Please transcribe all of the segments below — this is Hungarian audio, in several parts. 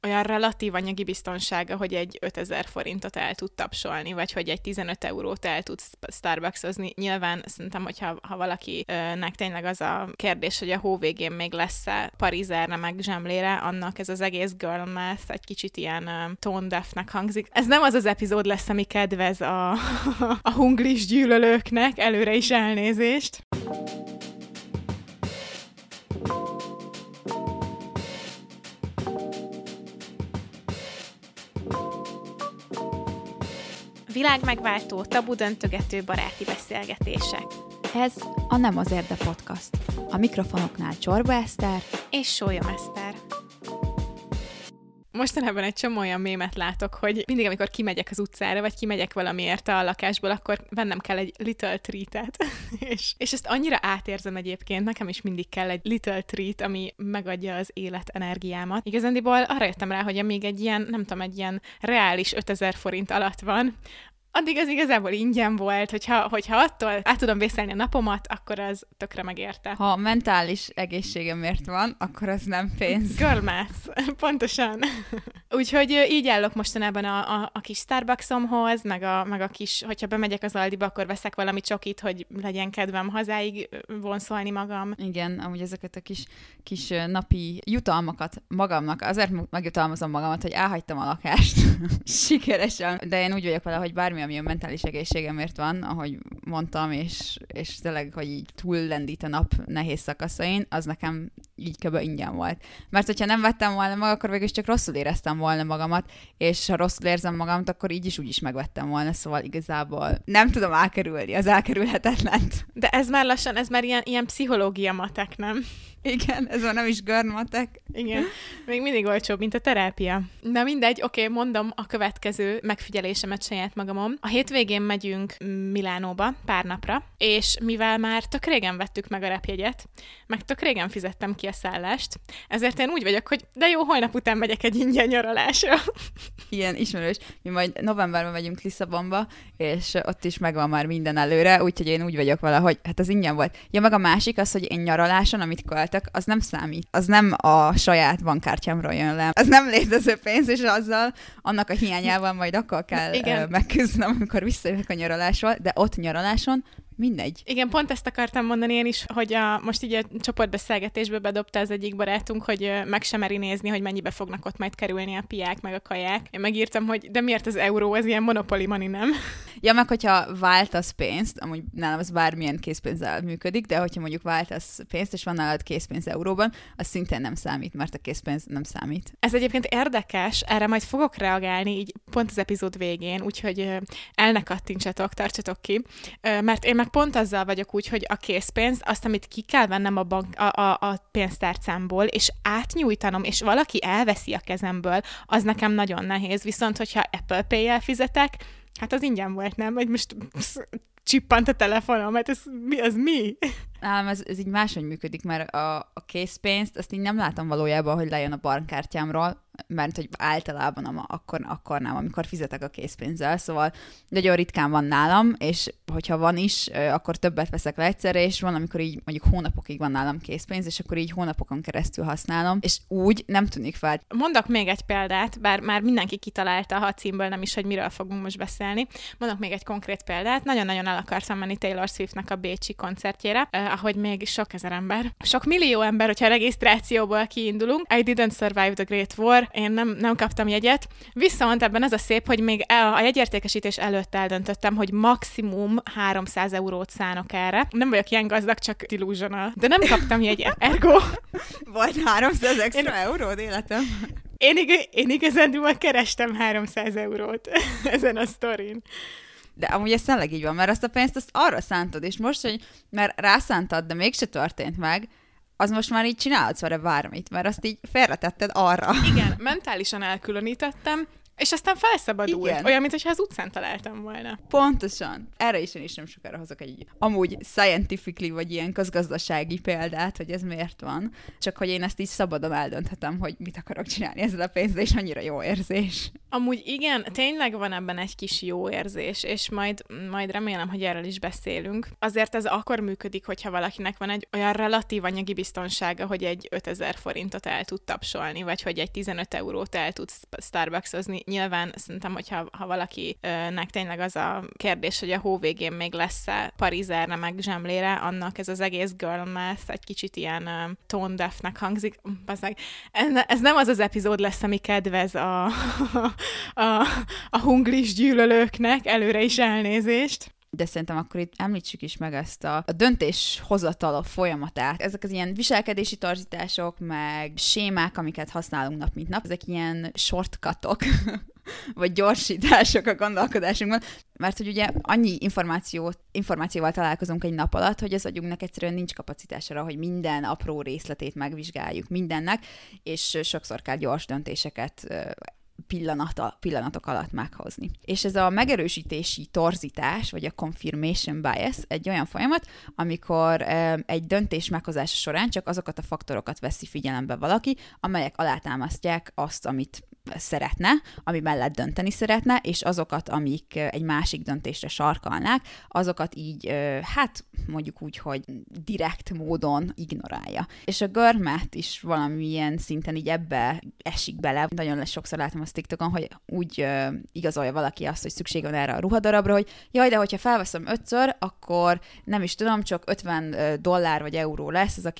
olyan relatív anyagi biztonsága, hogy egy 5000 forintot el tud tapsolni, vagy hogy egy 15 eurót el tud Starbucksozni. Nyilván szerintem, hogyha valakinek tényleg az a kérdés, hogy a hó végén még lesz-e parizerre meg zsemlére, annak ez az egész girl math egy kicsit ilyen tone deafnek hangzik. Ez nem az az epizód lesz, ami kedvez a hunglis gyűlölőknek, előre is elnézést. Világmegváltó, tabudöntögető baráti beszélgetések. Ez a Nem az Érde podcast. A mikrofonoknál Csorba Eszter és Sólyom Eszter. Mostanában egy csomó olyan mémet látok, hogy mindig, amikor kimegyek az utcára, vagy kimegyek valamiért a lakásból, akkor vennem kell egy little treatet. és ezt annyira átérzem egyébként, nekem is mindig kell egy little treat, ami megadja az élet energiámat. Igazándiból arra jöttem rá, hogy amíg egy ilyen, nem tudom, egy ilyen reális 5000 forint alatt van, addig az igazából ingyen volt, hogyha attól át tudom vészelni a napomat, akkor az tökre megérte. Ha mentális egészségemért van, akkor az nem pénz. Girl math, pontosan. Úgyhogy így állok mostanában a kis Starbucksomhoz, meg a kis, hogyha bemegyek az Aldiba, akkor veszek valami csokit, hogy legyen kedvem hazáig vonszolni magam. Igen, amúgy ezeket a kis napi jutalmakat magamnak, azért megjutalmazom magamat, hogy elhagytam a lakást sikeresen, de én úgy vagyok vele, hogy bármi, ami a mentális egészségemért van, ahogy mondtam, és tényleg, hogy így túllendít a nap nehéz szakaszain, az nekem így kb. Ingyen volt. Mert hogyha nem vettem volna meg, akkor végül csak rosszul éreztem volna magamat, és ha rosszul érzem magamat, akkor így is úgy is megvettem volna, szóval igazából nem tudom elkerülni az elkerülhetetlent. De ez már lassan, ez már ilyen pszichológia matek, nem? Igen, ez már nem is görmatek. Igen, még mindig olcsóbb, mint a terápia. Na mindegy, oké, mondom a következő megfigyelésemet saját magamon. A hétvégén megyünk Milánóba pár napra, és mivel már tök régen vettük meg a repjegyet, meg tök régen fizettem ki a szállást, ezért én úgy vagyok, hogy de jó, holnap után megyek egy ingyen nyaralásra. Ilyen ismerős. Mi majd novemberben megyünk Lisszabonba, és ott is megvan már minden előre, úgyhogy én úgy vagyok vele, hogy hát az ingyen volt. Ja, meg a másik az, hogy én nyaraláson, amit költök, az nem számít. Az nem a saját bankkártyámról jön le. Az nem létező pénz, és azzal, annak a hiányával majd akkor kell megküzdenem, amikor visszajövök a nyaralásról, de ott nyaraláson mindegy. Igen, pont ezt akartam mondani én is, hogy most így a csoportbeszélgetésbe bedobta az egyik barátunk, hogy meg sem meri nézni, hogy mennyibe fognak ott majd kerülni a piák, meg a kaják. Én megírtam, hogy de miért az euró, az ilyen monopoly money, nem? Ja, meg hogyha váltasz pénzt, amúgy nálam az bármilyen készpénzzel működik, de hogyha mondjuk váltasz pénzt, és van nálad készpénz euróban, az szintén nem számít, mert a készpénz nem számít. Ez egyébként érdekes, erre majd fogok reagálni így pont az epizód végén, úgyhogy el ne kattintsatok, tartsatok ki, mert én meg pont azzal vagyok úgy, hogy a készpénzt, azt, amit ki kell vennem a pénztárcámból, és átnyújtanom, és valaki elveszi a kezemből, az nekem nagyon nehéz. Viszont, hogyha Apple Pay-jel fizetek, hát az ingyen volt, nem? Vagy most csippant a telefonom, hát ez mi? Nálam ez így máshogy működik, mert a készpénzt, azt így nem látom valójában, hogy lejön a bankkártyámról, mert hogy általában akkor nem, amikor fizetek a készpénzzel, szóval nagyon ritkán van nálam, és hogyha van is, akkor többet veszek le egyszerre, és van, amikor így mondjuk hónapokig van nálam készpénz, és akkor így hónapokon keresztül használom, és úgy nem tűnik fel. Mondok még egy példát, bár már mindenki kitalálta a címből nem is, hogy miről fogunk most beszélni. Mondok még egy konkrét példát. Nagyon-nagyon el akartam menni Taylor Swiftnek a bécsi koncertjére, ahogy még sok ezer ember, sok millió ember, hogyha a regisztrációból kiindulunk. I didn't survive the Great War, én nem kaptam jegyet. Viszont ebben az a szép, hogy még a jegyértékesítés előtt eldöntöttem, hogy maximum 300 eurót szánok erre. Nem vagyok ilyen gazdag, csak delusional. De nem kaptam jegyet. Ergo. Vagy 300 extra eurót életem. Én igazán kerestem 300 eurót ezen a sztorin. De amúgy ez tényleg így van, mert azt a pénzt azt arra szántad, és most, hogy mert rászántad, de mégse történt meg, az most már így csinálhatsz vele bármit, mert azt így félretetted arra. Igen, mentálisan elkülönítettem, és aztán felszabadult. Igen. Olyan, mintha az utcán találtam volna. Pontosan. Erre is én is nem sokára hozok egy amúgy scientifically, vagy ilyen közgazdasági példát, hogy ez miért van. Csak hogy én ezt így szabadon eldönthetem, hogy mit akarok csinálni ezzel a pénzzel, és annyira jó érzés. Amúgy igen, tényleg van ebben egy kis jó érzés, és majd remélem, hogy erről is beszélünk. Azért ez akkor működik, hogyha valakinek van egy olyan relatív anyagi biztonsága, hogy egy 5000 forintot el tud tapsolni, vagy hogy egy 15 eurót el tud Starbucksozni. Nyilván szerintem, hogyha valakinek tényleg az a kérdés, hogy a hó végén még lesz-e parizerre meg zsemlére, annak ez az egész girl math egy kicsit ilyen tone deafnek hangzik. Ez nem az epizód lesz, ami kedvez a hunglis gyűlölőknek, előre is elnézést. De szerintem akkor itt említsük is meg ezt a döntéshozatal folyamatát. Ezek az ilyen viselkedési torzítások, meg sémák, amiket használunk nap mint nap, ezek ilyen shortcutok, vagy gyorsítások a gondolkodásunkban, mert hogy ugye annyi információval találkozunk egy nap alatt, hogy az agyunknak egyszerűen nincs kapacitása, hogy minden apró részletét megvizsgáljuk mindennek, és sokszor kell gyors döntéseket pillanatok alatt meghozni. És ez a megerősítési torzítás, vagy a confirmation bias egy olyan folyamat, amikor egy döntés meghozása során csak azokat a faktorokat veszi figyelembe valaki, amelyek alátámasztják azt, amit szeretne, ami mellett dönteni szeretne, és azokat, amik egy másik döntésre sarkalnák, azokat így, hát mondjuk úgy, hogy direkt módon ignorálja. És a girl math is valamilyen szinten így ebbe esik bele. Nagyon sokszor látom azt TikTokon, hogy úgy igazolja valaki azt, hogy szükség van erre a ruhadarabra, hogy jaj, de hogyha felveszem 5-ször, akkor nem is tudom, csak $50 vagy euró lesz, ez a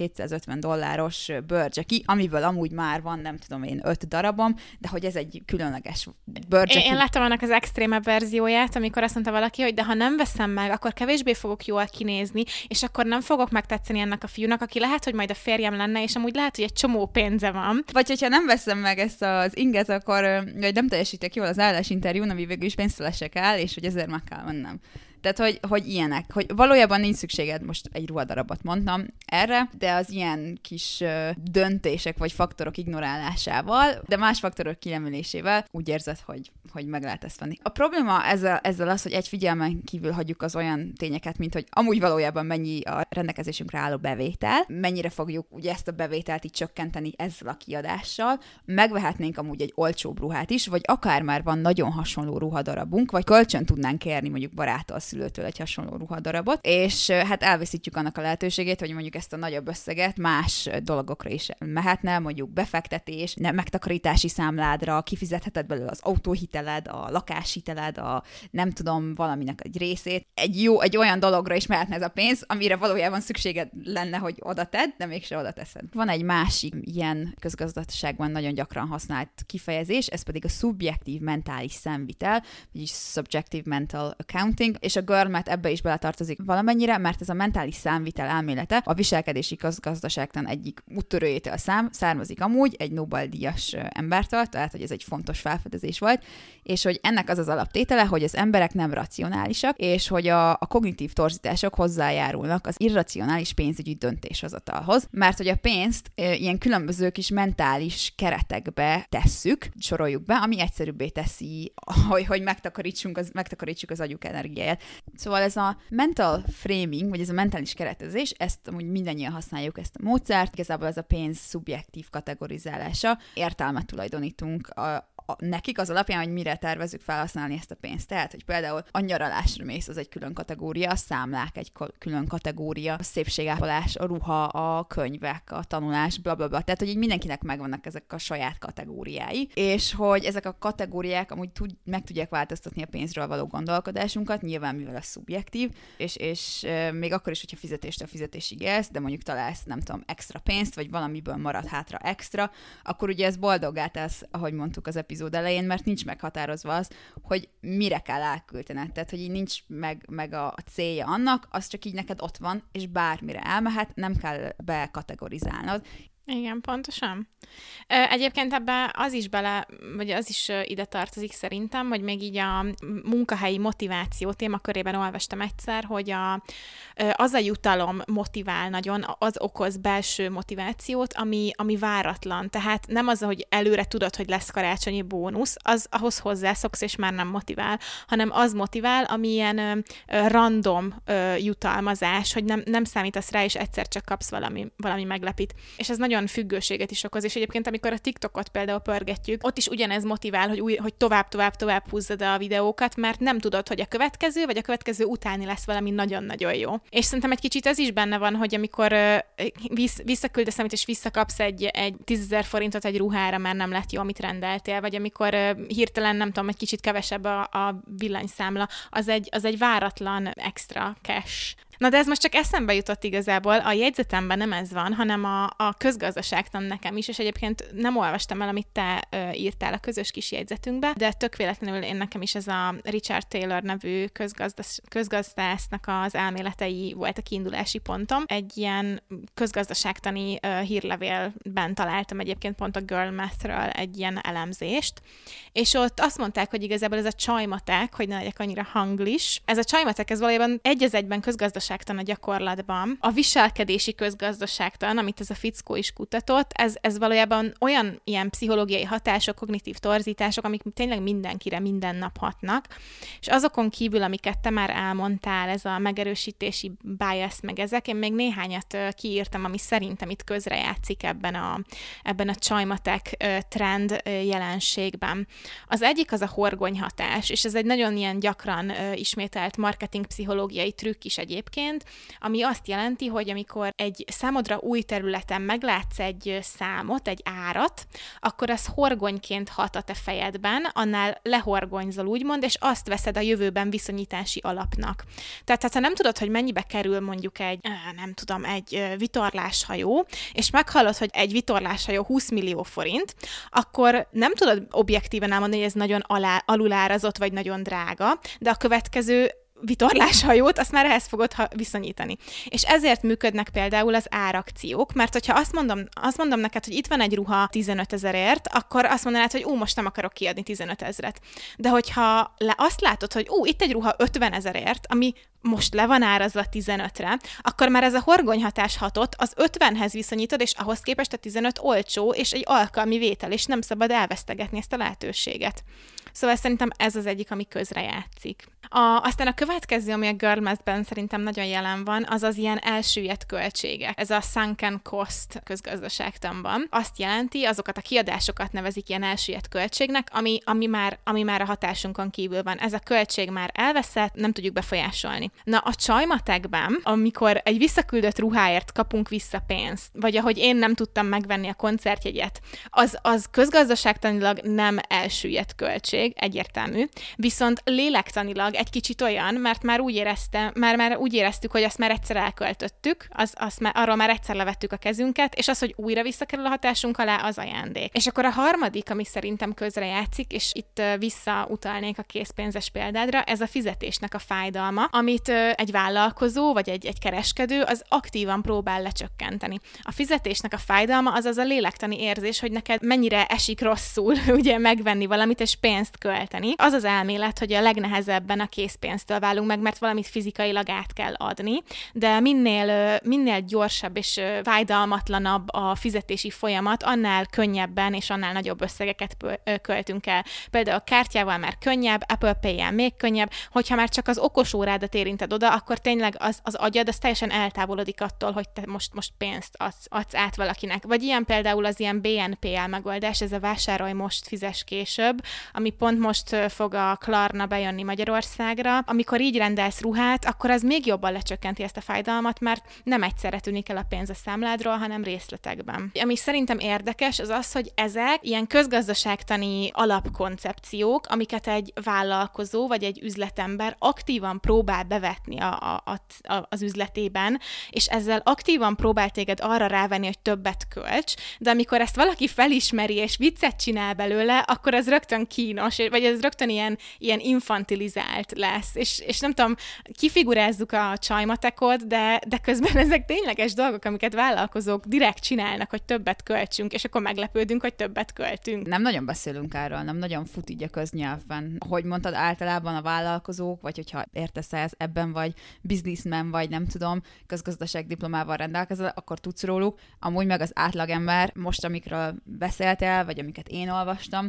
$250 bőrcseki, amiből amúgy már van, nem tudom én, 5 darabom, de hogy ez egy különleges bőrcseki. Én láttam annak az extrémebb verzióját, amikor azt mondta valaki, hogy de ha nem veszem meg, akkor kevésbé fogok jól kinézni, és akkor nem fogok megtetszeni ennek a fiúnak, aki lehet, hogy majd a férjem lenne, és amúgy lehet, hogy egy csomó pénze van. Vagy hogyha nem veszem meg ezt az inget, akkor vagy nem teljesítek jól az állásinterjún, ami végül is pénztelesek áll, és hogy ezért meg kell mennem. Tehát, hogy ilyenek, hogy valójában nincs szükséged, most egy ruhadarabot mondtam erre, de az ilyen kis döntések vagy faktorok ignorálásával, de más faktorok kiemelésével úgy érzed, hogy meg lehet ezt venni. A probléma ezzel az, hogy egy figyelmen kívül hagyjuk az olyan tényeket, mint hogy amúgy valójában mennyi a rendelkezésünkre álló bevétel, mennyire fogjuk ugye ezt a bevételt így csökkenteni ezzel a kiadással, megvehetnénk amúgy egy olcsóbb ruhát is, vagy akár már van nagyon hasonló ruhadarabunk, vagy kölcsön tudnánk kérni mondjuk baráttól, szülőtől egy hasonló ruhadarabot, és hát elveszítjük annak a lehetőségét, hogy mondjuk ezt a nagyobb összeget más dolgokra is mehetne, mondjuk befektetés, megtakarítási számládra, kifizetheted belőle az autóhiteled, a lakáshiteled, a nem tudom, valaminek egy részét. Egy olyan dologra is mehetne ez a pénz, amire valójában szükséged lenne, hogy oda tedd, de mégse oda teszed. Van egy másik ilyen közgazdaságban nagyon gyakran használt kifejezés, ez pedig a szubjektív mentális szemvitel, vagyis subjective mental accounting, és a girl math ebbe is beletartozik valamennyire, mert ez a mentális számvitel elmélete a viselkedési közgazdaságtan egyik úttörőjétől származik amúgy, egy Nobel-díjas embertől, tehát hogy ez egy fontos felfedezés volt, és hogy ennek az az alaptétele, hogy az emberek nem racionálisak, és hogy a kognitív torzítások hozzájárulnak az irracionális pénzügyi döntéshozatalhoz, mert hogy a pénzt ilyen különböző kis mentális keretekbe tesszük, soroljuk be, ami egyszerűbbé teszi, hogy megtakarítsuk az agyuk energiáját. Szóval ez a mental framing, vagy ez a mentális keretezés, ezt amúgy mindannyian használjuk ezt a módszert, igazából ez a pénz szubjektív kategorizálása, értelmet tulajdonítunk nekik az alapján, hogy mire tervezzük felhasználni ezt a pénzt. Tehát, hogy például a nyaralásra mész, az egy külön kategória, a számlák egy külön kategória, a szépségápolás, a ruha, a könyvek, a tanulás, blablabla. Tehát, hogy így mindenkinek megvannak ezek a saját kategóriái, és hogy ezek a kategóriák amúgy meg tudják változtatni a pénzről való gondolkodásunkat, nyilván mivel a szubjektív, és még akkor is, hogyha fizetéstől fizetésig élsz, de mondjuk találsz, nem tudom, extra pénzt, vagy valamiből marad hátra extra, akkor ugye ez boldoggá tesz, ahogy mondtuk az epizód elején, mert nincs meghatározva az, hogy mire kell elköltened. Tehát, hogy így nincs meg a célja annak, az csak így neked ott van, és bármire elmehet, nem kell bekategorizálnod. Igen, pontosan. Egyébként ebbe az is ide tartozik szerintem, hogy még így a munkahelyi motiváció témakörében olvastam egyszer, hogy az a jutalom motivál nagyon, az okoz belső motivációt, ami váratlan. Tehát nem az, hogy előre tudod, hogy lesz karácsonyi bónusz, az ahhoz hozzászoksz, és már nem motivál, hanem az motivál, ami ilyen random jutalmazás, hogy nem számítasz rá, és egyszer csak kapsz valami meglepit. És ez nagyon nagyon függőséget is okoz, és egyébként amikor a TikTokot például pörgetjük, ott is ugyanez motivál, hogy tovább húzzad a videókat, mert nem tudod, hogy a következő, vagy a következő utáni lesz valami nagyon-nagyon jó. És szerintem egy kicsit ez is benne van, hogy amikor visszaküldesz, amit és visszakapsz egy 10 000 forintot egy ruhára, mert nem lett jó, amit rendeltél, vagy amikor hirtelen, nem tudom, egy kicsit kevesebb a villanyszámla, az egy váratlan extra cash. Na de ez most csak eszembe jutott igazából, a jegyzetemben nem ez van, hanem a közgazdaságtan nekem is, és egyébként nem olvastam el, amit te írtál a közös kis jegyzetünkbe, de tök véletlenül nekem is ez a Richard Taylor nevű közgazdásznak az elméletei volt a kiindulási pontom. Egy ilyen közgazdaságtani hírlevélben találtam egyébként pont a Girl Math-ről egy ilyen elemzést, és ott azt mondták, hogy igazából ez a csajmatek, hogy ne legyek annyira hanglis, ez a csajmatek, ez valójában egy az egyben közgazdaságtan a gyakorlatban. A viselkedési közgazdaságtan, amit ez a fickó is kutatott, ez valójában olyan ilyen pszichológiai hatások, kognitív torzítások, amik tényleg mindenkire minden nap hatnak, és azokon kívül, amiket te már elmondtál, ez a megerősítési bias, meg ezek, én még néhányat kiírtam, ami szerintem itt közrejátszik ebben a csajmatek trend jelenségben. Az egyik az a horgonyhatás, és ez egy nagyon ilyen gyakran ismételt marketing pszichológiai trükk is egyébként, ami azt jelenti, hogy amikor egy számodra új területen meglátsz egy számot, egy árat, akkor az horgonyként hat a te fejedben, annál lehorgonyzol úgymond, és azt veszed a jövőben viszonyítási alapnak. Tehát ha nem tudod, hogy mennyibe kerül mondjuk egy vitorláshajó, és meghallod, hogy egy vitorláshajó 20 millió forint, akkor nem tudod objektíven elmondani, hogy ez nagyon alulárazott, vagy nagyon drága, de a következő vitorláshajót, azt már ehhez fogod viszonyítani. És ezért működnek például az árakciók, mert hogyha azt mondom neked, hogy itt van egy ruha 15 000-ért, akkor azt mondanád, hogy most nem akarok kiadni 15 000-et. De hogyha azt látod, hogy itt egy ruha 50 000-ért, ami most le van árazva 15-re, akkor már ez a horgonyhatás hatott, az 50-hez viszonyítod, és ahhoz képest a 15 olcsó, és egy alkalmi vétel, és nem szabad elvesztegetni ezt a lehetőséget. Szóval szerintem ez az egyik, ami közrejátszik. Aztán a következő, ami a Girl Math-ben szerintem nagyon jelen van, az az ilyen elsüllyedt költségek. Ez a sunken cost közgazdaságtanban. Azt jelenti, azokat a kiadásokat nevezik ilyen elsüllyedt költségnek, ami már a hatásunkon kívül van. Ez a költség már elveszett, nem tudjuk befolyásolni. Na, a csajmatekben, amikor egy visszaküldött ruháért kapunk vissza pénzt, vagy ahogy én nem tudtam megvenni a koncertjegyet, az közgazdaságtanilag nem elsüllyedt költség, egyértelmű, viszont lélektanilag egy kicsit olyan, mert már úgy éreztük, hogy azt már egyszer elköltöttük, arról már egyszer levettük a kezünket, és az, hogy újra visszakerül a hatásunk alá, az ajándék. És akkor a harmadik, ami szerintem közrejátszik, és itt visszautalnék a készpénzes példádra, ez a fizetésnek a fájdalma, amit egy vállalkozó, vagy egy kereskedő az aktívan próbál lecsökkenteni. A fizetésnek a fájdalma az a lélektani érzés, hogy neked mennyire esik rosszul ugye megvenni valamit és pénzt költeni. Az az elmélet, hogy a legnehezebben a készpénztől válunk meg, mert valamit fizikailag át kell adni, de minél gyorsabb és fájdalmatlanabb a fizetési folyamat, annál könnyebben és annál nagyobb összegeket költünk el. Például a kártyával már könnyebb, Apple Pay-jel még könnyebb, hogyha már csak az okosórádat érinted oda, akkor tényleg az agyad az teljesen eltávolodik attól, hogy te most pénzt adsz át valakinek. Vagy ilyen például az ilyen BNPL megoldás, ez a vásárolj most, fizes később, ami pont most fog a Klarna bejönni Magyarországra. Amikor így rendelsz ruhát, akkor az még jobban lecsökkenti ezt a fájdalmat, mert nem egyszerre tűnik el a pénz a számládról, hanem részletekben. Ami szerintem érdekes, az az, hogy ezek ilyen közgazdaságtani alapkoncepciók, amiket egy vállalkozó vagy egy üzletember aktívan próbál bevetni az üzletében, és ezzel aktívan próbál téged arra rávenni, hogy többet költs, de amikor ezt valaki felismeri és viccet csinál belőle, akkor az rögtön kínos, vagy ez rögtön ilyen infantilizált lesz. És nem tudom, kifigurázzuk a csajmatekot, de közben ezek tényleges dolgok, amiket vállalkozók direkt csinálnak, hogy többet költsünk, és akkor meglepődünk, hogy többet költünk. Nem nagyon beszélünk erről, nem nagyon fut így a köznyelvben. Ahogy mondtad, általában a vállalkozók, vagy hogyha értesz ebben, vagy businessman, vagy nem tudom, közgazdaságdiplomával rendelkezel, akkor tudsz róluk. Amúgy meg az átlagember, most amikről beszéltél, vagy amiket én olvastam,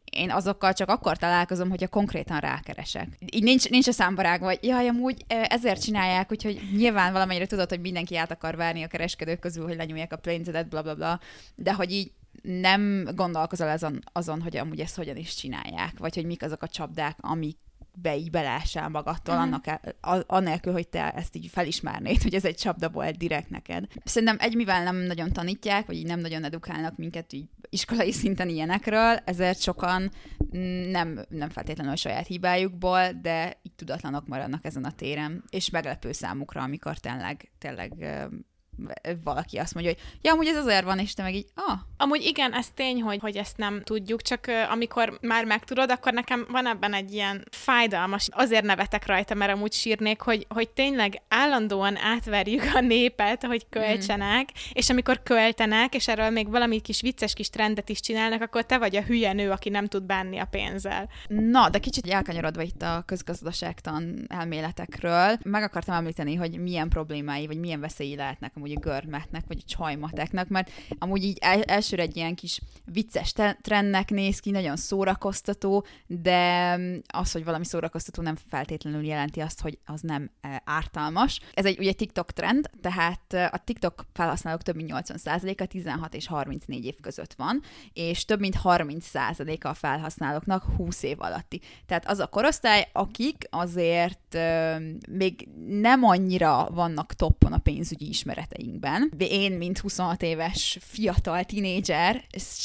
én azokkal csak akkor találkozom, hogyha konkrétan rákeresek. Így nincs a számbarág, vagy jaj, amúgy ezért csinálják, úgyhogy nyilván valamennyire tudod, hogy mindenki át akar várni a kereskedők közül, hogy lenyúlják a pénzedet, bla bla bla, de hogy így nem gondolkozol azon, hogy amúgy ezt hogyan is csinálják, vagy hogy mik azok a csapdák, amik így belássál magadtól, annélkül, hogy te ezt így felismernéd, hogy ez egy csapda volt direkt neked. Szerintem mivel nem nagyon tanítják, vagy így nem nagyon edukálnak minket így iskolai szinten ilyenekről, ezért sokan nem feltétlenül a saját hibájukból, de így tudatlanok maradnak ezen a téren, és meglepő számukra, amikor tényleg valaki azt mondja, hogy ja, amúgy ez azért van, és te meg így, Amúgy igen, ez tény, hogy ezt nem tudjuk, csak amikor már megtudod, akkor nekem van ebben egy ilyen fájdalmas, azért nevetek rajta, mert amúgy sírnék, hogy tényleg állandóan átverjük a népet, hogy költsenek, és amikor költenek, és erről még valami kis vicces kis trendet is csinálnak, akkor te vagy a hülye nő, aki nem tud bánni a pénzzel. Na, de kicsit elkanyarodva itt a közgazdaságtan elméletekről, meg akartam említeni, hogy milyen problémái, vagy milyen veszélyi lehetnek amúgy a görmetnek, vagy a csajmateknek, mert amúgy így elsőre egy ilyen kis vicces trendnek néz ki, nagyon szórakoztató, de az, hogy valami szórakoztató nem feltétlenül jelenti azt, hogy az nem ártalmas. Ez egy ugye TikTok trend, tehát a TikTok felhasználók több mint 80%-a 16 és 34 év között van, és több mint 30%-a a felhasználóknak 20 év alatti. Tehát az a korosztály, akik azért még nem annyira vannak toppon a pénzügyi ismereteinkben. Én, mint 26 éves fiatal tínédzser,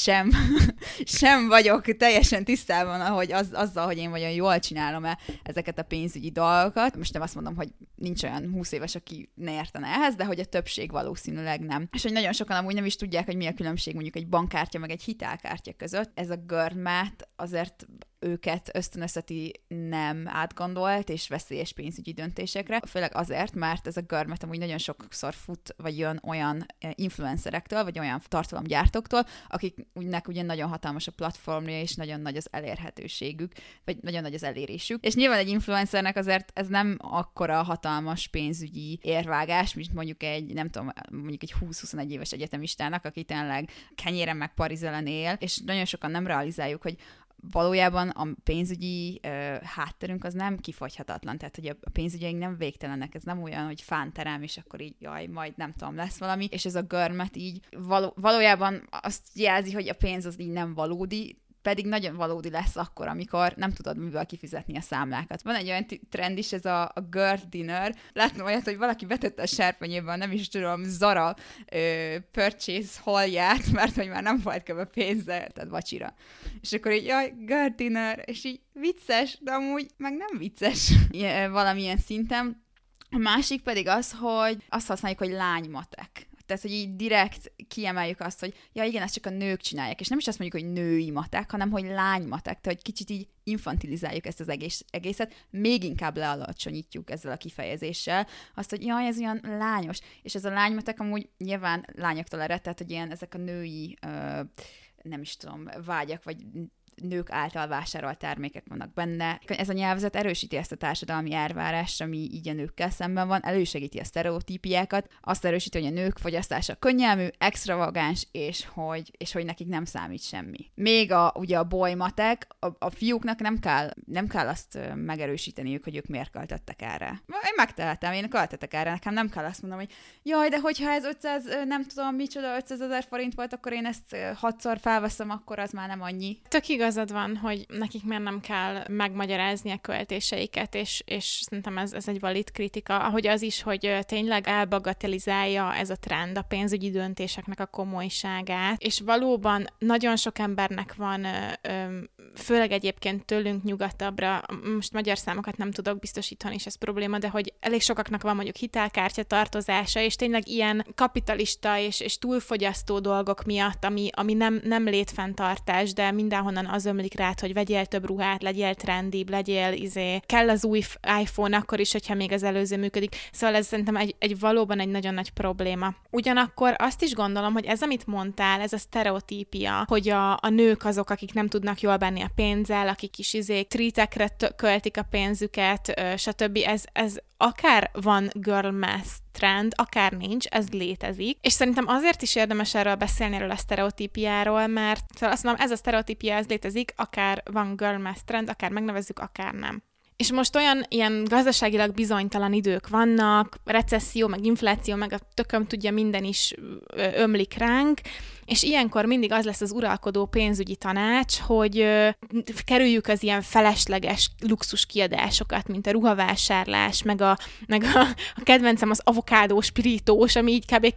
sem vagyok teljesen tisztában, ahogy azzal, hogy én vagyok jól csinálom-e ezeket a pénzügyi dolgokat. Most nem azt mondom, hogy nincs olyan 20 éves, aki ne értene ehhez, de hogy a többség valószínűleg nem. És hogy nagyon sokan amúgy nem is tudják, hogy mi a különbség mondjuk egy bankkártya meg egy hitelkártya között. Ez a görmát azért őket ösztönözheti nem átgondolt és veszélyes pénzügyi döntésekre, főleg azért, mert ez a görmet amúgy nagyon sokszor fut, vagy jön olyan influencerektől, vagy olyan tartalomgyártóktól, akiknek ugye nagyon hatalmas a platformja, és nagyon nagy az elérhetőségük, vagy nagyon nagy az elérésük. És nyilván egy influencernek azért ez nem akkora hatalmas pénzügyi érvágás, mint mondjuk egy 20-21 éves egyetemistának, aki tényleg kenyéren meg parizelen él, és nagyon sokan nem realizáljuk, hogy valójában a pénzügyi hátterünk az nem kifogyhatatlan, tehát hogy a pénzügyeink nem végtelenek, ez nem olyan, hogy fánterem, és akkor így jaj, majd nem tudom, lesz valami, és ez a görmet így valójában azt jelzi, hogy a pénz az így nem valódi, pedig nagyon valódi lesz akkor, amikor nem tudod miből kifizetni a számlákat. Van egy olyan trend is, ez a girl dinner. Látnom olyat, hogy valaki betette a serpenyőben, nem is tudom, Zara purchase haulját, mert hogy már nem volt kb. Pénzzel, tehát vacsira. És akkor így, jaj, girl dinner, és így vicces, de amúgy meg nem vicces valamilyen szinten. A másik pedig az, hogy azt használjuk, hogy lánymatek. Tehát, hogy így direkt kiemeljük azt, hogy ja igen, ezt csak a nők csinálják, és nem is azt mondjuk, hogy női matek, hanem hogy lánymatek, tehát hogy kicsit így infantilizáljuk ezt az egészet, még inkább lealacsonyítjuk ezzel a kifejezéssel, azt, hogy jaj, ez olyan lányos, és ez a lánymatek amúgy nyilván lányoktól ered, tehát hogy ilyen ezek a női, nem is tudom, vágyak, vagy nők által vásárolt termékek vannak benne. Ez a nyelvezet erősíti ezt a társadalmi elvárást, ami így a nőkkel szemben van, elősegíti a sztereotípiákat, azt erősíti, hogy a nők fogyasztása könnyelmű, extravagáns, és hogy nekik nem számít semmi. Még ugye a bolymatek, a fiúknak nem kell azt megerősíteniük, hogy ők miért költöttek erre. Én megtehetem, én költöttek erre, nekem nem kell azt mondanom, hogy jaj, de hogyha ez 500, nem tudom micsoda, 500 000 forint volt, akkor én ezt 6-szor felveszem, akkor az már nem annyi. Tök igazad van, hogy nekik miért nem kell megmagyarázni a költéseiket, és szerintem ez egy valid kritika, ahogy az is, hogy tényleg elbagatelizálja ez a trend a pénzügyi döntéseknek a komolyságát, és valóban nagyon sok embernek van, főleg egyébként tőlünk nyugatabbra, most magyar számokat nem tudok biztosítani, és ez probléma, de hogy elég sokaknak van mondjuk hitelkártya tartozása, és tényleg ilyen kapitalista és túlfogyasztó dolgok miatt, ami nem létfenntartás, de mindenhonnan az ömlik rád, hogy vegyél több ruhát, legyél trendibb, kell az új iPhone akkor is, hogyha még az előző működik. Szóval ez szerintem egy valóban egy nagyon nagy probléma. Ugyanakkor azt is gondolom, hogy ez, amit mondtál, ez a sztereotípia, hogy a nők azok, akik nem tudnak jól bánni a pénzzel, akik is treatekre költik a pénzüket, stb. Ez akár van girl math trend, akár nincs, ez létezik. És szerintem azért is érdemes erről beszélni, erről a sztereotípiáról, mert azt mondom, ez a sztereotípia, ez létezik, akár van girl math trend, akár megnevezzük, akár nem. És most olyan ilyen gazdaságilag bizonytalan idők vannak, recesszió, meg infláció, meg a tököm tudja, minden is ömlik ránk, és ilyenkor mindig az lesz az uralkodó pénzügyi tanács, hogy kerüljük az ilyen felesleges luxus kiadásokat, mint a ruhavásárlás, meg a kedvencem az avokádó spirítós, ami így kb.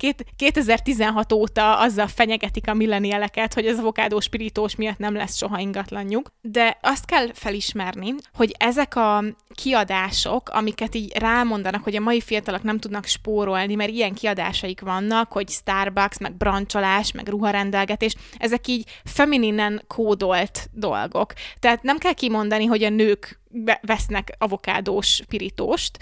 2016 óta azzal fenyegetik a millenieleket, hogy az avokádó spirítós miatt nem lesz soha ingatlanjuk. De azt kell felismerni, hogy ezek a kiadások, amiket így rámondanak, hogy a mai fiatalok nem tudnak spórolni, mert ilyen kiadásaik vannak, hogy Starbucks, meg brancsolás, meg ruharendelgetés, ezek így femininen kódolt dolgok. Tehát nem kell kimondani, hogy a nők vesznek avokádós spiritóst.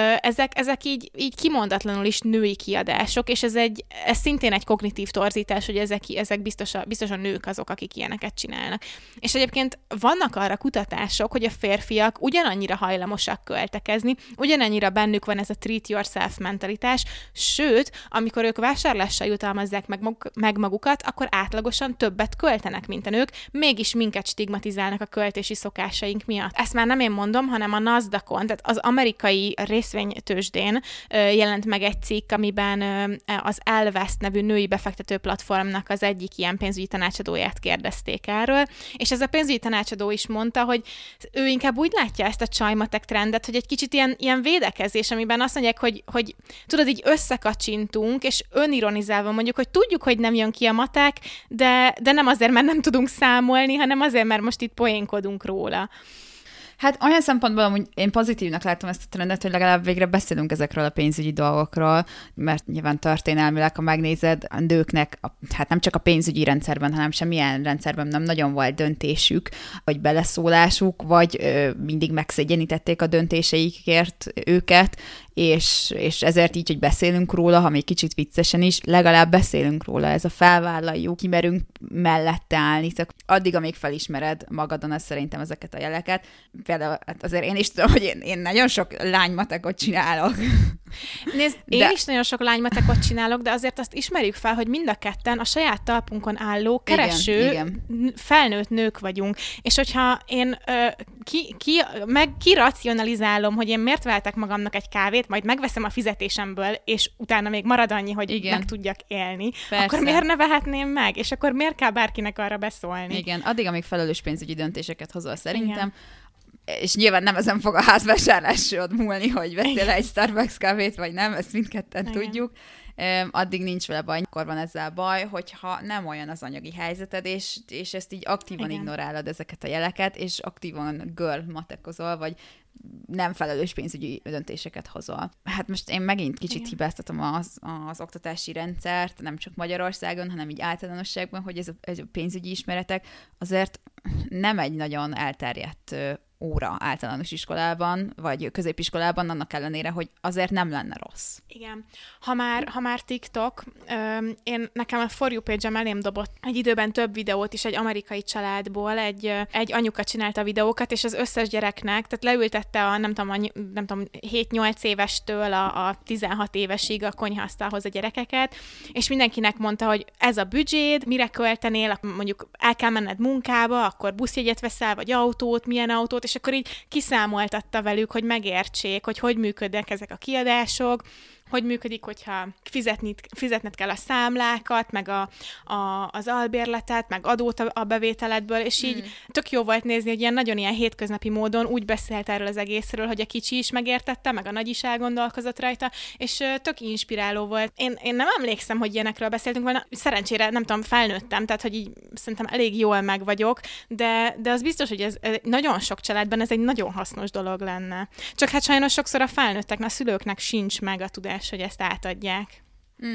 Ezek így kimondatlanul is női kiadások, és ez szintén egy kognitív torzítás, hogy ezek biztosan nők azok, akik ilyeneket csinálnak. És egyébként vannak arra kutatások, hogy a férfiak ugyanannyira hajlamosak költekezni, ugyanannyira bennük van ez a treat yourself mentalitás, sőt, amikor ők vásárlással jutalmazzák meg magukat, akkor átlagosan többet költenek, mint a nők, mégis minket stigmatizálnak a költési szokásaink miatt. Ezt már nem én mondom, hanem a Nasdaqon, tehát az amerikai részvénytőzsdén jelent meg egy cikk, amiben az Ellevest nevű női befektető platformnak az egyik ilyen pénzügyi tanácsadóját kérdezték erről, és ez a pénzügyi tanácsadó is mondta, hogy ő inkább úgy látja ezt a csajmatek trendet, hogy egy kicsit ilyen védekezés, amiben azt mondják, hogy tudod, így összekacsintunk, és önironizálva mondjuk, hogy tudjuk, hogy nem jön ki a matek, de nem azért, mert nem tudunk számolni, hanem azért, mert most itt poénkodunk róla. Hát olyan szempontból amúgy én pozitívnak látom ezt a trendet, hogy legalább végre beszélünk ezekről a pénzügyi dolgokról, mert nyilván történelmileg, ha megnézed, a nőknek, hát nem csak a pénzügyi rendszerben, hanem semmilyen rendszerben nem nagyon volt döntésük, vagy beleszólásuk, vagy mindig megszégyenítették a döntéseikért őket, és ezért így, hogy beszélünk róla, ha még kicsit viccesen is, legalább beszélünk róla, ez a felvállaljuk, kimerünk mellette állni, csak addig, amíg felismered magadon, az szerintem ezeket a jeleket. Például hát azért én is tudom, hogy én nagyon sok lánymatekot csinálok. Nézd, én is nagyon sok lánymatekot csinálok, de azért azt ismerjük fel, hogy mind a ketten a saját talpunkon álló, kereső, felnőtt nők vagyunk. És hogyha én kiracionalizálom, hogy én miért vehetek magamnak egy kávét, majd megveszem a fizetésemből, és utána még marad annyi, hogy meg tudjak élni, akkor miért ne vehetném meg? És akkor miért kell bárkinek arra beszólni? Igen, addig, amíg felelős pénzügyi döntéseket hozol szerintem, igen. És nyilván nem ezen fog a házvásárlásod múlni, hogy vettél egy Starbucks kávét, vagy nem, ezt mindketten tudjuk. Addig nincs vele baj, akkor van ezzel baj, hogyha nem olyan az anyagi helyzeted, és ezt így aktívan ignorálod ezeket a jeleket, és aktívan girl matekozol, vagy nem felelős pénzügyi döntéseket hozol. Hát most én megint kicsit hibáztatom az oktatási rendszert, nem csak Magyarországon, hanem így általánosságban, hogy ez a pénzügyi ismeretek azért nem egy nagyon elterjedt óra általános iskolában, vagy középiskolában, annak ellenére, hogy azért nem lenne rossz. Igen. Ha már TikTok, nekem a For You page-em elém dobott egy időben több videót is egy amerikai családból, egy anyuka csinálta a videókat, és az összes gyereknek, tehát leültette a nem tudom 7-8 évestől a 16 évesig a konyhaasztalhoz a gyerekeket, és mindenkinek mondta, hogy ez a büdzséd, mire költenél, mondjuk el kell menned munkába, akkor buszjegyet veszel, vagy autót, milyen autót, és akkor így kiszámoltatta velük, hogy megértsék, hogy működnek ezek a kiadások, hogy működik, hogyha fizetned kell a számlákat, meg az albérletet, meg adót a bevételedből, és így tök jó volt nézni, hogy nagyon ilyen hétköznapi módon úgy beszélt erről az egészről, hogy a kicsi is megértette, meg a nagy is elgondolkozott rajta, és tök inspiráló volt. Én nem emlékszem, hogy ilyenekről beszéltünk volna, szerencsére nem tudom, felnőttem, tehát hogy így szerintem elég jól meg vagyok, de az biztos, hogy ez nagyon sok családban ez egy nagyon hasznos dolog lenne. Csak hát sajnos sokszor a felnőtteknek, a szülőknek sincs meg a tudás, hogy ezt átadják.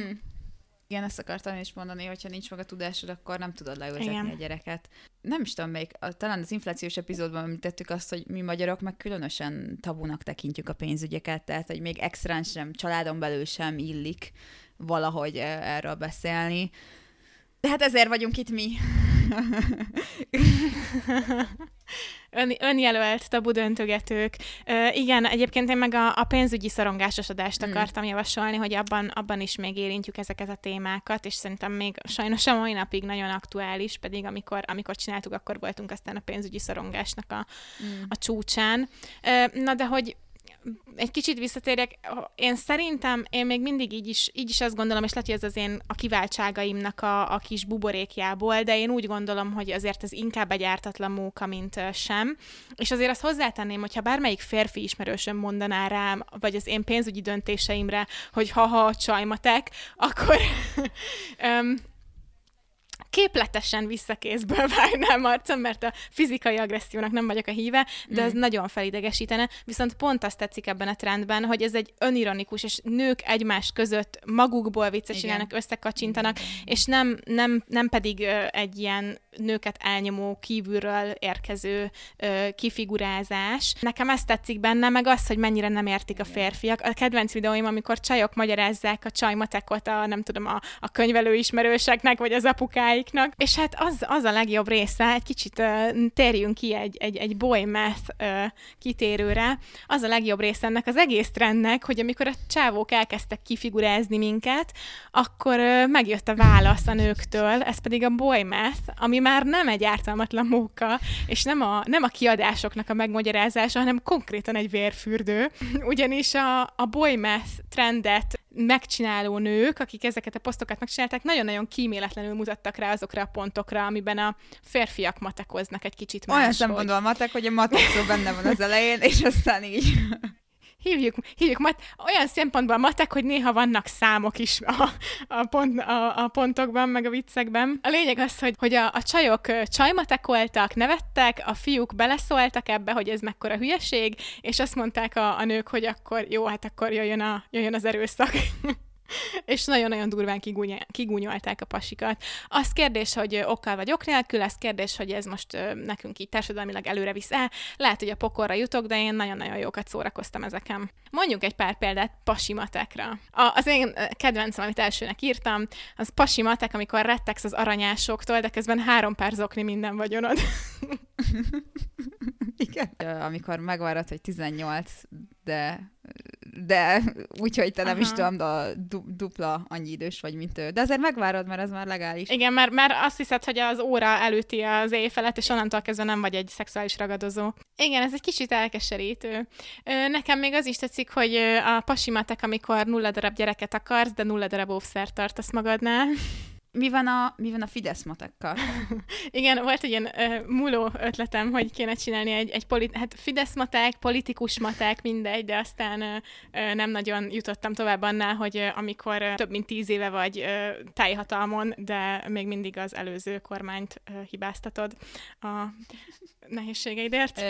Igen, ezt akartam is mondani, hogyha nincs meg a tudásod, akkor nem tudod leültetni a gyereket. Nem is tudom, talán az inflációs epizódban említettük azt, hogy mi magyarok meg különösen tabunak tekintjük a pénzügyeket, tehát hogy még extrán sem, családon belül sem illik valahogy erről beszélni. De hát ezért vagyunk itt mi. önjelölt tabudöntögetők. Igen, egyébként én meg a pénzügyi szorongásos adást akartam javasolni, hogy abban is még érintjük ezeket a témákat, és szerintem még sajnos a mai napig nagyon aktuális, pedig amikor csináltuk, akkor voltunk aztán a pénzügyi szorongásnak a csúcsán. Na de hogy egy kicsit visszatérjek, én még mindig így is azt gondolom, és lehet, hogy ez a kiváltságaimnak a kis buborékjából, de én úgy gondolom, hogy azért ez inkább egy ártatlan móka, mint sem. És azért azt hozzátenném, hogyha bármelyik férfi ismerősöm mondaná rám, vagy az én pénzügyi döntéseimre, hogy ha csajmatek, akkor... képletesen visszakézből vágnám arcom, mert a fizikai agressziónak nem vagyok a híve, de ez nagyon felidegesítene. Viszont pont azt tetszik ebben a trendben, hogy ez egy önironikus, és nők egymás között magukból viccet csinálnak, összekacsintanak, és nem pedig egy ilyen nőket elnyomó, kívülről érkező kifigurázás. Nekem ezt tetszik benne, meg az, hogy mennyire nem értik a férfiak. A kedvenc videóim, amikor csajok magyarázzák a csajmatekot a könyvelő ismerőseknek, vagy az apukáiknak, és hát az a legjobb része, egy kicsit térjünk ki egy boy math kitérőre, az a legjobb része ennek az egész trendnek, hogy amikor a csávók elkezdtek kifigurázni minket, akkor megjött a válasz a nőktől, ez pedig a boy math, ami már nem egy ártalmatlan móka, és nem a kiadásoknak a megmagyarázása, hanem konkrétan egy vérfürdő. Ugyanis a boy math trendet megcsináló nők, akik ezeket a posztokat megcsinálták, nagyon-nagyon kíméletlenül mutattak rá azokra a pontokra, amiben a férfiak matekoznak egy kicsit máshogy. Olyan szempontból matek, hogy a matek szó benne van az elején, és aztán így... Hívjuk olyan szempontból matek, hogy néha vannak számok is a pontokban, meg a viccekben. A lényeg az, hogy a csajok csajmatekoltak, nevettek, a fiúk beleszóltak ebbe, hogy ez mekkora hülyeség, és azt mondták a nők, hogy akkor jöjjön az erőszak. És nagyon-nagyon durván kigúnyolták a pasikat. Az kérdés, hogy okkal vagy ok nélkül, az kérdés, hogy ez most nekünk így társadalmilag előre visz el. Lehet, hogy a pokolra jutok, de én nagyon-nagyon jókat szórakoztam ezeken. Mondjuk egy pár példát pasimatekra. Az én kedvencem, amit elsőnek írtam, az pasimatek, amikor rettegsz az aranyásoktól, de közben 3 pár zokni minden vagyonod. Igen. Amikor megvárod, hogy 18, de úgyhogy te nem is tudom, de dupla annyi idős vagy, mint ő. De azért megvárod, mert ez már legális. Igen, mert azt hiszed, hogy az óra elüti az éjfelet, és onnantól kezdve nem vagy egy szexuális ragadozó. Igen, ez egy kicsit elkeserítő. Nekem még az is tetszik, hogy a pasimatek, amikor 0 darab gyereket akarsz, de 0 darab óvszert tartasz magadnál. Mi van a Fidesz matekkal? Igen, volt egy ilyen múló ötletem, hogy kéne csinálni hát Fidesz matek, politikus matek, mindegy, de aztán nem nagyon jutottam tovább annál, hogy amikor több mint 10 éve vagy tájhatalmon, de még mindig az előző kormányt hibáztatod a nehézségeidért.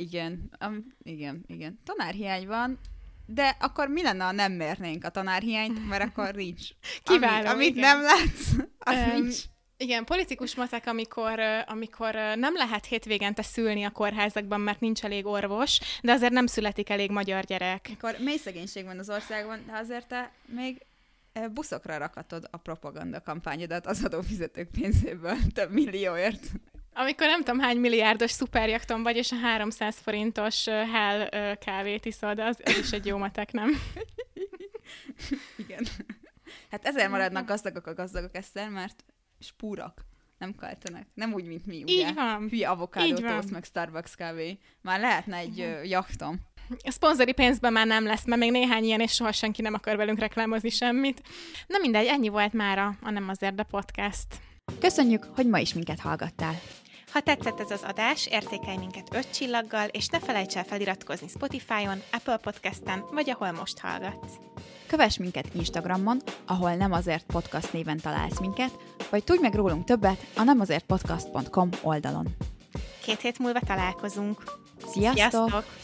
Igen. Tanárhiány van, de akkor mi lenne, ha nem mérnénk a tanárhiányt, mert akkor nincs. Kiváló, amit nem látsz, az nincs. Igen, politikus matek, amikor nem lehet hétvégente szülni a kórházakban, mert nincs elég orvos, de azért nem születik elég magyar gyerek. Akkor mély szegénység van az országban, de azért te még buszokra rakatod a propaganda kampányodat az adófizetők pénzéből több millióért. Amikor nem tudom hány milliárdos szuperjakton vagy, és a 300 forintos Hell kávét iszod, az is egy jó matek, nem? Igen. Hát ezért maradnak gazdagok a gazdagok, Eszter, mert spúrak nem költenek. Nem úgy, mint mi, ugye? Így van. Hülye avokádó toast, meg Starbucks kávé. Már lehetne egy jachtom. A szponzori pénzben már nem lesz, mert még néhány ilyen, és soha senki nem akar velünk reklámozni semmit. Na mindegy, ennyi volt már a Nem azért, de podcast. Köszönjük, hogy ma is minket hallgattál. Ha tetszett ez az adás, értékelj minket 5 csillaggal, és ne felejts el feliratkozni Spotify-on, Apple Podcasten, vagy ahol most hallgatsz. Kövess minket Instagramon, ahol Nem azért podcast néven találsz minket, vagy tudj meg rólunk többet a nemazértpodcast.com oldalon. 2 hét múlva találkozunk. Sziasztok!